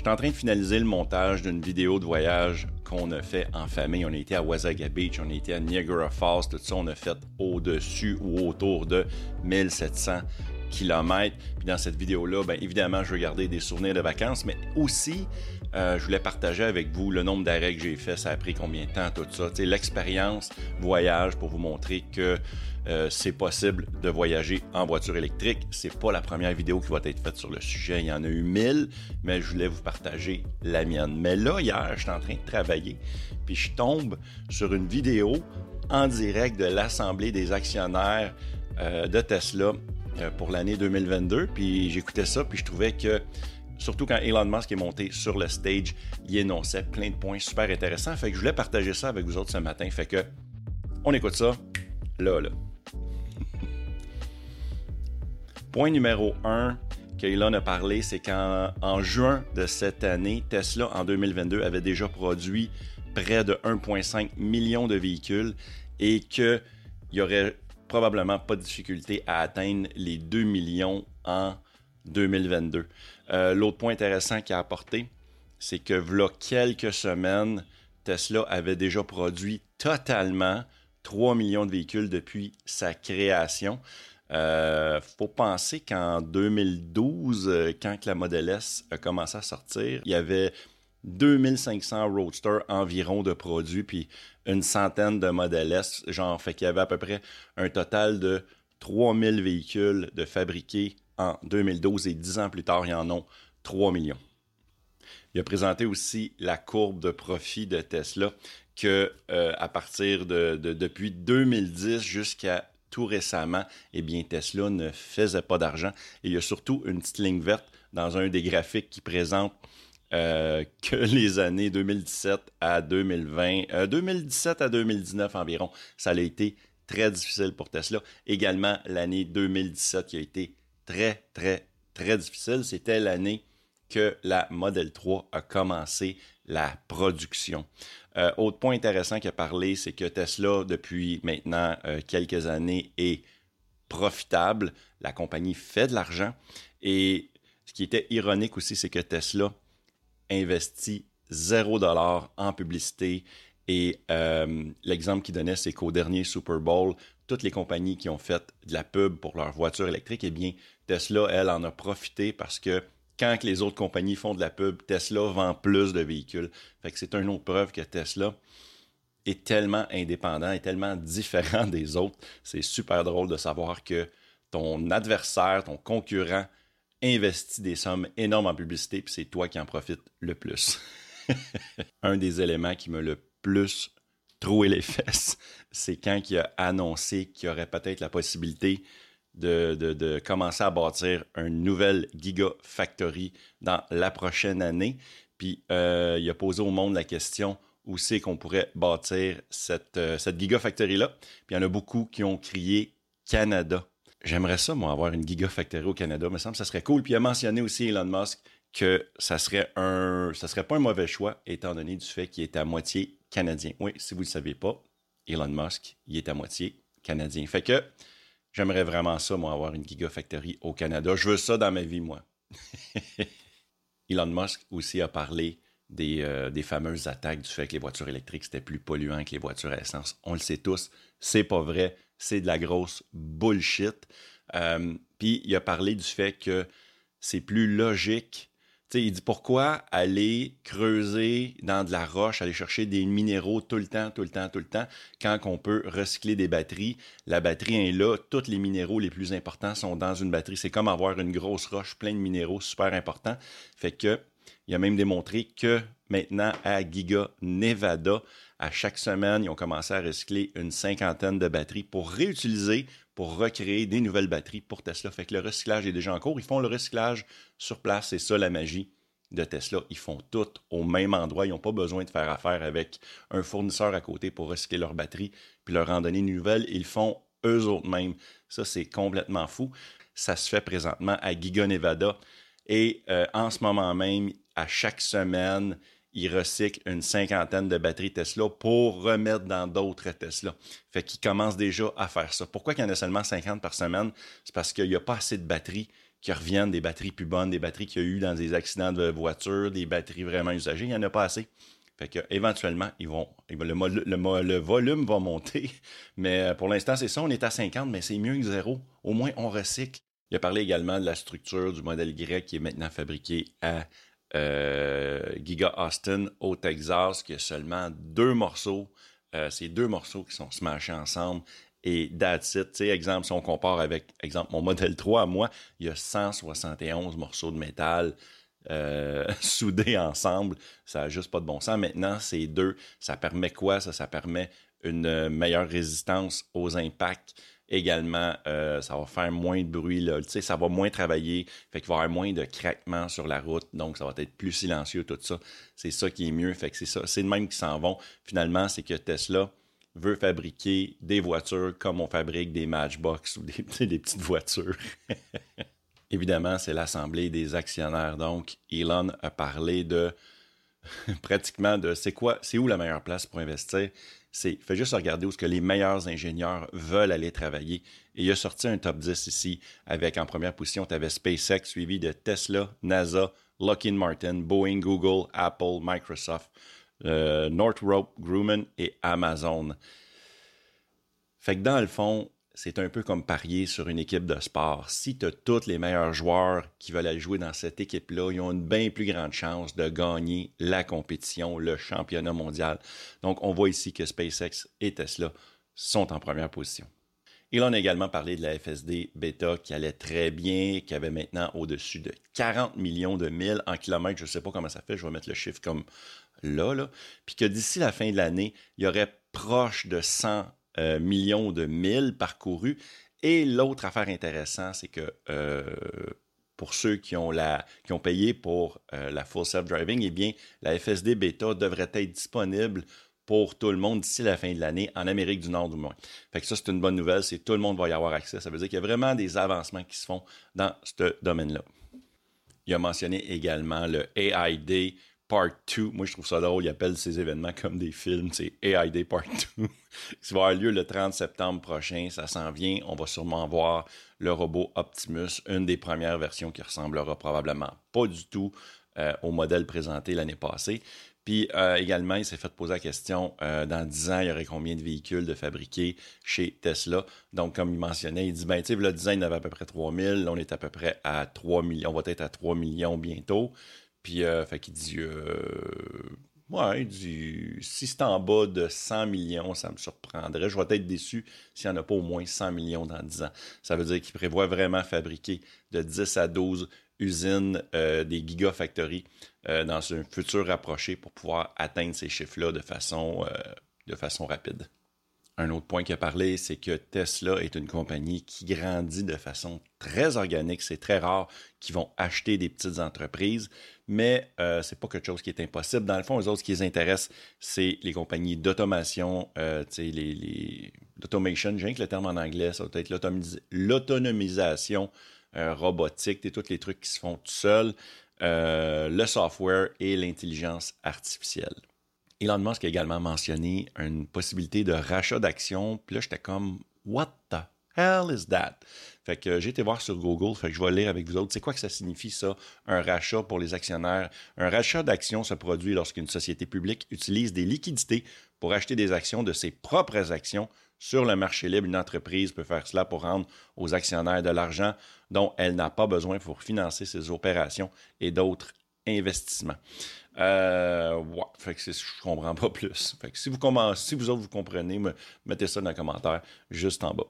Je suis en train de finaliser le montage d'une vidéo de voyage qu'on a fait en famille. On a été à Wasaga Beach, on a été à Niagara Falls, tout ça, on a fait au-dessus ou autour de 1700 km. Puis dans cette vidéo-là, bien évidemment, je veux garder des souvenirs de vacances, mais aussi, je voulais partager avec vous le nombre d'arrêts que j'ai fait, ça a pris combien de temps, tout ça. Tu sais, l'expérience voyage pour vous montrer que c'est possible de voyager en voiture électrique. C'est pas la première vidéo qui va être faite sur le sujet. Il y en a eu 1000, mais je voulais vous partager la mienne. Mais là, hier, j'étais en train de travailler, puis je tombe sur une vidéo en direct de l'Assemblée des actionnaires de Tesla pour l'année 2022. Puis j'écoutais ça, puis je trouvais que surtout quand Elon Musk est monté sur le stage, il énonçait plein de points super intéressants. Fait que je voulais partager ça avec vous autres ce matin. Fait que on écoute ça là. Point numéro 1 qu'Elon a parlé, c'est qu'en juin de cette année, Tesla, en 2022, avait déjà produit près de 1,5 million de véhicules et qu'il n'y aurait probablement pas de difficulté à atteindre les 2 millions en 2022. L'autre point intéressant qu'il a apporté, c'est que voilà quelques semaines, Tesla avait déjà produit totalement 3 millions de véhicules depuis sa création. Faut penser qu'en 2012, quand la Model S a commencé à sortir, il y avait 2500 Roadster environ de produits, puis une centaine de Model S, fait qu'il y avait à peu près un total de 3000 véhicules de fabriqués en 2012 et 10 ans plus tard, il y en a 3 millions. Il a présenté aussi la courbe de profit de Tesla que à partir depuis 2010 jusqu'à tout récemment, eh bien Tesla ne faisait pas d'argent. Et il y a surtout une petite ligne verte dans un des graphiques qui présente que les années 2017 à 2020, 2017 à 2019 environ, ça a été très difficile pour Tesla. Également, l'année 2017 qui a été très, très, très difficile. C'était l'année que la Model 3 a commencé la production. Autre point intéressant qu'il a parlé, c'est que Tesla, depuis maintenant quelques années, est profitable. La compagnie fait de l'argent. Et ce qui était ironique aussi, c'est que Tesla investit 0$ en publicité. Et l'exemple qu'il donnait, c'est qu'au dernier Super Bowl, toutes les compagnies qui ont fait de la pub pour leur voiture électrique, eh bien, Tesla, elle, en a profité parce que quand les autres compagnies font de la pub, Tesla vend plus de véhicules. Fait que c'est une autre preuve que Tesla est tellement indépendant, est tellement différent des autres. C'est super drôle de savoir que ton adversaire, ton concurrent, investit des sommes énormes en publicité, puis c'est toi qui en profites le plus. Un des éléments qui m'a le plus troué les fesses, c'est quand il a annoncé qu'il y aurait peut-être la possibilité de commencer à bâtir une nouvelle Gigafactory dans la prochaine année. Puis il a posé au monde la question où c'est qu'on pourrait bâtir cette Gigafactory-là. Puis il y en a beaucoup qui ont crié Canada. J'aimerais ça, moi, avoir une Gigafactory au Canada. Il me semble que ça serait cool. Puis il a mentionné aussi Elon Musk que ça serait pas un mauvais choix, étant donné du fait qu'il est à moitié canadien. Oui, si vous ne le savez pas, Elon Musk, il est à moitié canadien. Fait que j'aimerais vraiment ça, moi, avoir une Gigafactory au Canada. Je veux ça dans ma vie, moi. Elon Musk aussi a parlé des fameuses attaques du fait que les voitures électriques, c'était plus polluant que les voitures à essence. On le sait tous, c'est pas vrai. C'est de la grosse bullshit. Puis il a parlé du fait que c'est plus logique. T'sais, il dit pourquoi aller creuser dans de la roche, aller chercher des minéraux tout le temps, quand on peut recycler des batteries. La batterie est là, tous les minéraux les plus importants sont dans une batterie. C'est comme avoir une grosse roche pleine de minéraux super importants. Fait que il a même démontré que maintenant, à Giga Nevada, à chaque semaine, ils ont commencé à recycler une 50aine de batteries pour réutiliser, pour recréer des nouvelles batteries pour Tesla. Fait que le recyclage est déjà en cours. Ils font le recyclage sur place. C'est ça la magie de Tesla. Ils font tout au même endroit. Ils n'ont pas besoin de faire affaire avec un fournisseur à côté pour recycler leurs batteries puis leur en donner une nouvelle. Ils le font eux autres mêmes. Ça, c'est complètement fou. Ça se fait présentement à Giga Nevada. Et en ce moment même, à chaque semaine, ils recyclent une 50aine de batteries Tesla pour remettre dans d'autres Tesla. Fait qu'ils commencent déjà à faire ça. Pourquoi qu'il y en a seulement 50 par semaine? C'est parce qu'il n'y a pas assez de batteries qui reviennent, des batteries plus bonnes, des batteries qu'il y a eu dans des accidents de voiture, des batteries vraiment usagées, il n'y en a pas assez. Fait que éventuellement, le volume va monter. Mais pour l'instant, c'est ça, on est à 50, mais c'est mieux que zéro. Au moins, on recycle. Il a parlé également de la structure du modèle Y qui est maintenant fabriqué à Giga Austin au Texas, qui a seulement 2 morceaux. C'est 2 morceaux qui sont smashés ensemble. Et that's it. T'sais, exemple, si on compare avec, exemple, mon modèle 3 à moi, il y a 171 morceaux de métal soudés ensemble. Ça n'a juste pas de bon sens. Maintenant, c'est 2. Ça permet quoi? Ça permet une meilleure résistance aux impacts. Également, ça va faire moins de bruit, là. Ça va moins travailler, fait qu'il va y avoir moins de craquements sur la route, donc ça va être plus silencieux, tout ça. C'est ça qui est mieux, fait que c'est ça. C'est de même qu'ils s'en vont. Finalement, c'est que Tesla veut fabriquer des voitures comme on fabrique des Matchbox ou des petites voitures. Évidemment, c'est l'assemblée des actionnaires. Donc, Elon a parlé de pratiquement de c'est où la meilleure place pour investir. Fais juste regarder où est-ce que les meilleurs ingénieurs veulent aller travailler. Et il a sorti un top 10 ici avec en première position, tu avais SpaceX suivi de Tesla, NASA, Lockheed Martin, Boeing, Google, Apple, Microsoft, Northrop Grumman et Amazon. Fait que dans le fond, c'est un peu comme parier sur une équipe de sport. Si tu as tous les meilleurs joueurs qui veulent aller jouer dans cette équipe-là, ils ont une bien plus grande chance de gagner la compétition, le championnat mondial. Donc, on voit ici que SpaceX et Tesla sont en première position. Elon a également parlé de la FSD Beta qui allait très bien, qui avait maintenant au-dessus de 40 millions de milles en kilomètres. Je ne sais pas comment ça fait, je vais mettre le chiffre comme là. Puis que d'ici la fin de l'année, il y aurait proche de 100 millions de milles parcourus. Et l'autre affaire intéressante, c'est que pour ceux qui ont payé pour la Full Self-Driving, eh bien, la FSD Beta devrait être disponible pour tout le monde d'ici la fin de l'année, en Amérique du Nord du moins. Fait que ça, c'est une bonne nouvelle, c'est tout le monde va y avoir accès. Ça veut dire qu'il y a vraiment des avancements qui se font dans ce domaine-là. Il a mentionné également le AI Day Part 2. Moi, je trouve ça drôle. Il appelle ces événements comme des films. C'est AI Day Part 2. Ça va avoir lieu le 30 septembre prochain. Ça s'en vient. On va sûrement voir le robot Optimus, une des premières versions qui ressemblera probablement pas du tout au modèle présenté l'année passée. Puis également, il s'est fait poser la question, dans 10 ans, il y aurait combien de véhicules de fabriqués chez Tesla? Donc, comme il mentionnait, il dit, ben, tu sais, le design avait à peu près 3000, là, on est à peu près à 3 millions, on va être à 3 millions bientôt. Puis, fait qu'il dit, ouais, il dit, si c'est en bas de 100 millions, ça me surprendrait. Je vais être déçu s'il n'y en a pas au moins 100 millions dans 10 ans. Ça veut dire qu'il prévoit vraiment fabriquer de 10 à 12 usines, des gigafactories dans un futur rapproché pour pouvoir atteindre ces chiffres-là de façon rapide. Un autre point qu'il a parlé, c'est que Tesla est une compagnie qui grandit de façon très organique. C'est très rare qu'ils vont acheter des petites entreprises, mais c'est pas quelque chose qui est impossible. Dans le fond, eux autres, ce qui les intéresse, c'est les compagnies d'automation, l'automation, j'ai rien que le terme en anglais, ça va être l'autonomisation robotique, tous les trucs qui se font tout seuls, le software et l'intelligence artificielle. Elon Musk a également mentionné une possibilité de rachat d'actions. Puis là, j'étais comme, what the hell is that? Fait que j'ai été voir sur Google, fait que je vais lire avec vous autres. C'est quoi que ça signifie, ça, un rachat pour les actionnaires? Un rachat d'actions se produit lorsqu'une société publique utilise des liquidités pour acheter des actions de ses propres actions sur le marché libre. Une entreprise peut faire cela pour rendre aux actionnaires de l'argent dont elle n'a pas besoin pour financer ses opérations et d'autres investissements. Ouais, fait que je comprends pas plus. Fait que si vous autres vous comprenez, mettez ça dans les commentaires juste en bas.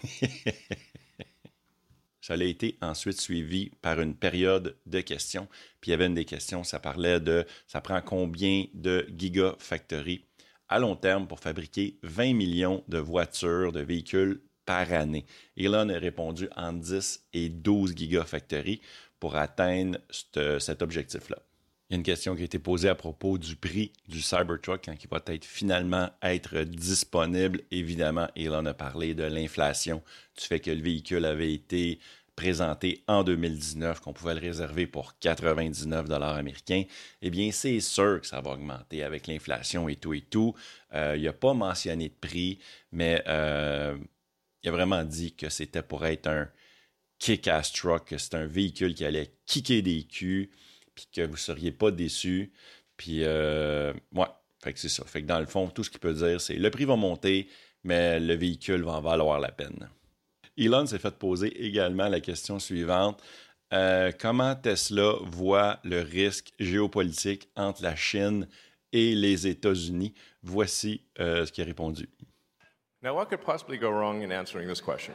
Ça a été ensuite suivi par une période de questions. Puis il y avait une des questions, ça parlait de ça prend combien de gigafactories à long terme pour fabriquer 20 millions de voitures, de véhicules par année. Elon a répondu entre 10 et 12 gigafactories pour atteindre cet objectif-là. Il y a une question qui a été posée à propos du prix du Cybertruck quand il va finalement être disponible. Évidemment, Elon a parlé de l'inflation, du fait que le véhicule avait été présenté en 2019, qu'on pouvait le réserver pour 99 $ américains. Eh bien, c'est sûr que ça va augmenter avec l'inflation et tout et tout. Il n'a pas mentionné de prix, mais il a vraiment dit que c'était pour être kick-ass truck, que c'est un véhicule qui allait kicker des culs, puis que vous ne seriez pas déçus. Puis, ouais, fait que c'est ça. Fait que dans le fond, tout ce qu'il peut dire, c'est le prix va monter, mais le véhicule va en valoir la peine. Elon s'est fait poser également la question suivante. Comment Tesla voit le risque géopolitique entre la Chine et les États-Unis? Voici ce qu'il a répondu. Now, what could possibly go wrong in answering this question?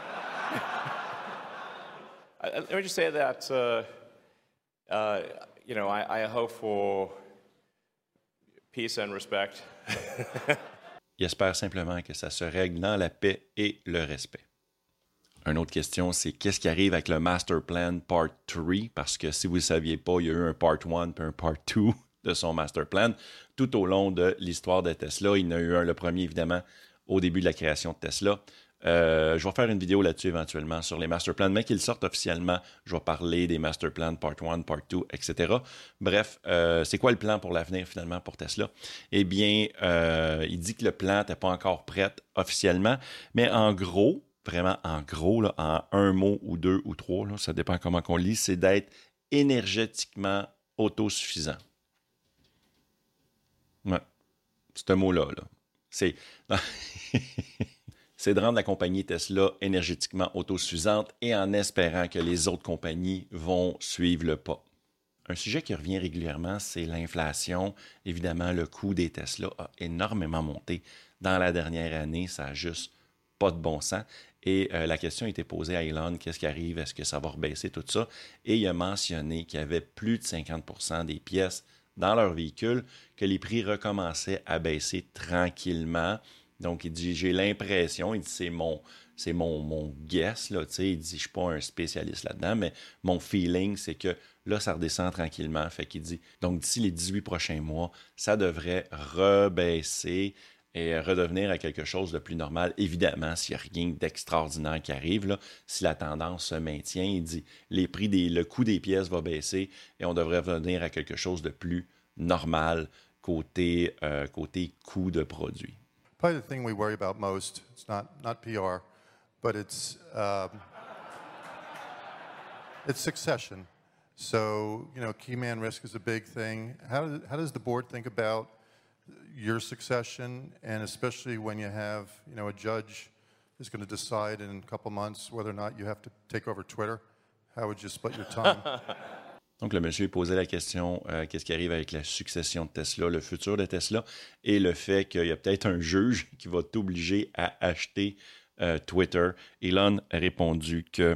Let me just say that, I hope for peace and respect. Il espère simplement que ça se règle dans la paix et le respect. Une autre question, c'est qu'est-ce qui arrive avec le Master Plan Part 3? Parce que si vous ne le saviez pas, il y a eu un Part 1 et un Part 2 de son Master Plan. Tout au long de l'histoire de Tesla, il y en a eu un, le premier évidemment, au début de la création de Tesla. Je vais faire une vidéo là-dessus éventuellement sur les Master Plans, mais qu'ils sortent officiellement, je vais parler des Master Plans Part 1, Part 2, etc. Bref, c'est quoi le plan pour l'avenir finalement pour Tesla? Eh bien, il dit que le plan n'était pas encore prêt officiellement, mais en gros, vraiment en gros, là, en un mot ou deux ou trois, là, ça dépend comment qu'on lit, c'est d'être énergétiquement autosuffisant. Ouais, ce mot-là, là. C'est... c'est de rendre la compagnie Tesla énergétiquement autosuffisante et en espérant que les autres compagnies vont suivre le pas. Un sujet qui revient régulièrement, c'est l'inflation. Évidemment, le coût des Tesla a énormément monté. Dans la dernière année, ça n'a juste pas de bon sens. Et la question a été posée à Elon, qu'est-ce qui arrive? Est-ce que ça va rebaisser tout ça? Et il a mentionné qu'il y avait plus de 50% des pièces dans leur véhicule, que les prix recommençaient à baisser tranquillement. Donc, il dit, j'ai l'impression, il dit, c'est mon guess, là, tu sais, il dit, je ne suis pas un spécialiste là-dedans, mais mon feeling, c'est que là, ça redescend tranquillement. Fait qu'il dit, donc, d'ici les 18 prochains mois, ça devrait rebaisser et redevenir à quelque chose de plus normal. Évidemment, s'il n'y a rien d'extraordinaire qui arrive, là, si la tendance se maintient, il dit, le coût des pièces va baisser et on devrait revenir à quelque chose de plus normal côté coût de produit. Probably the thing we worry about most, it's not PR, but it's succession. So, key man risk is a big thing. How does the board think about your succession, and especially when you have, a judge is going to decide in a couple months whether or not you have to take over Twitter? How would you split your time? Donc, le monsieur posait la question, qu'est-ce qui arrive avec la succession de Tesla, le futur de Tesla, et le fait qu'il y a peut-être un juge qui va t'obliger à acheter Twitter. Elon a répondu que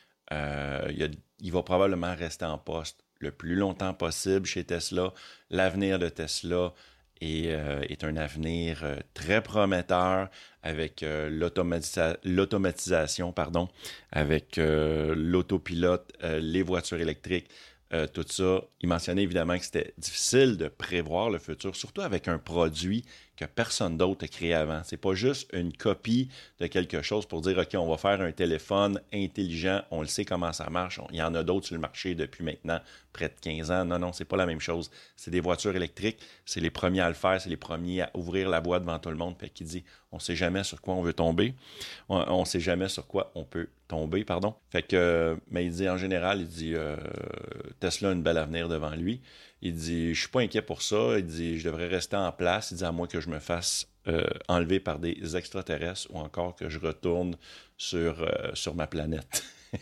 il va probablement rester en poste le plus longtemps possible chez Tesla. L'avenir de Tesla est un avenir très prometteur avec l'automatisation, avec l'autopilote, les voitures électriques. Tout ça, il mentionnait évidemment que c'était difficile de prévoir le futur, surtout avec un produit que personne d'autre a créé avant. C'est pas juste une copie de quelque chose pour dire « OK, on va faire un téléphone intelligent, on le sait comment ça marche. » Il y en a d'autres sur le marché depuis maintenant près de 15 ans. Non, c'est pas la même chose. C'est des voitures électriques, c'est les premiers à le faire, c'est les premiers à ouvrir la boîte devant tout le monde. Puis qui dit « On sait jamais sur quoi on veut tomber. On sait jamais sur quoi on peut tomber, pardon. » Fait que, mais il dit en général, il dit Tesla a une belle avenir devant lui. Il dit, je suis pas inquiet pour ça. Il dit, je devrais rester en place. Il dit, à moins que je me fasse enlever par des extraterrestres ou encore que je retourne sur ma planète.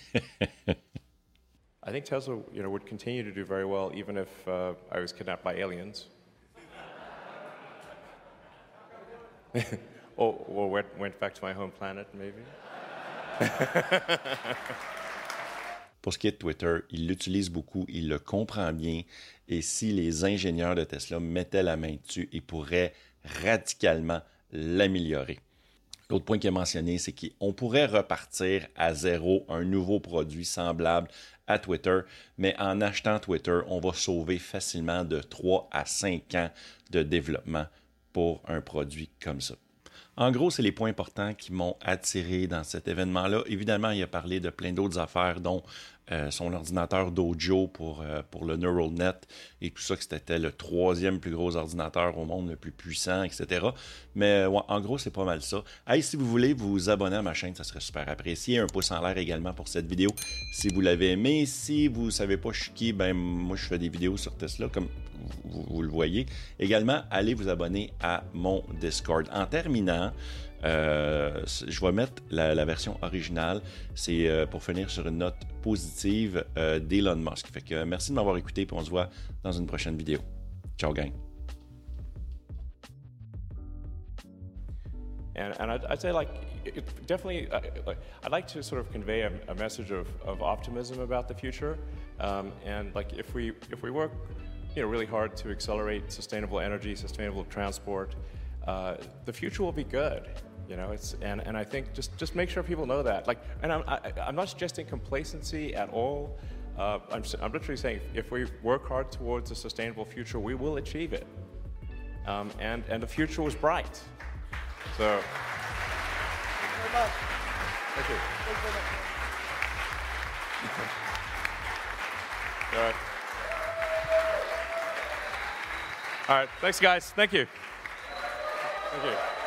I think Tesla, would continue to do very well even if I was kidnapped by aliens. or went back to my home planet, maybe. Pour ce qui est de Twitter, il l'utilise beaucoup, il le comprend bien, et si les ingénieurs de Tesla mettaient la main dessus, ils pourraient radicalement l'améliorer. L'autre point qu'il a mentionné, c'est qu'on pourrait repartir à zéro un nouveau produit semblable à Twitter, mais en achetant Twitter, on va sauver facilement de 3 à 5 ans de développement pour un produit comme ça. En gros, c'est les points importants qui m'ont attiré dans cet événement-là. Évidemment, il a parlé de plein d'autres affaires, dont son ordinateur Dojo pour le Neural Net et tout ça, que c'était le 3e plus gros ordinateur au monde, le plus puissant, etc. Mais ouais, en gros, c'est pas mal ça. Hey, si vous voulez vous abonner à ma chaîne, ça serait super apprécié. Un pouce en l'air également pour cette vidéo si vous l'avez aimé. Si vous ne savez pas je suis qui, ben moi je fais des vidéos sur Tesla comme vous le voyez. Également, allez vous abonner à mon Discord. En terminant, je vais mettre la version originale. C'est pour finir sur une note positive d'Elon Musk. Fait que merci de m'avoir écouté, puis on se voit dans une prochaine vidéo. Ciao, gang! And I'd say, like, definitely, I'd like to sort of convey a message of optimism about the future. And like, if we work, really hard to accelerate sustainable energy, sustainable transport, the future will be good. And I think just make sure people know that. Like, and I'm not suggesting complacency at all. I'm literally saying if we work hard towards a sustainable future, we will achieve it. And the future was bright. So. Thank you very much. Thank you. Thank you very much. All right. All right. Thanks, guys. Thank you. Thank you.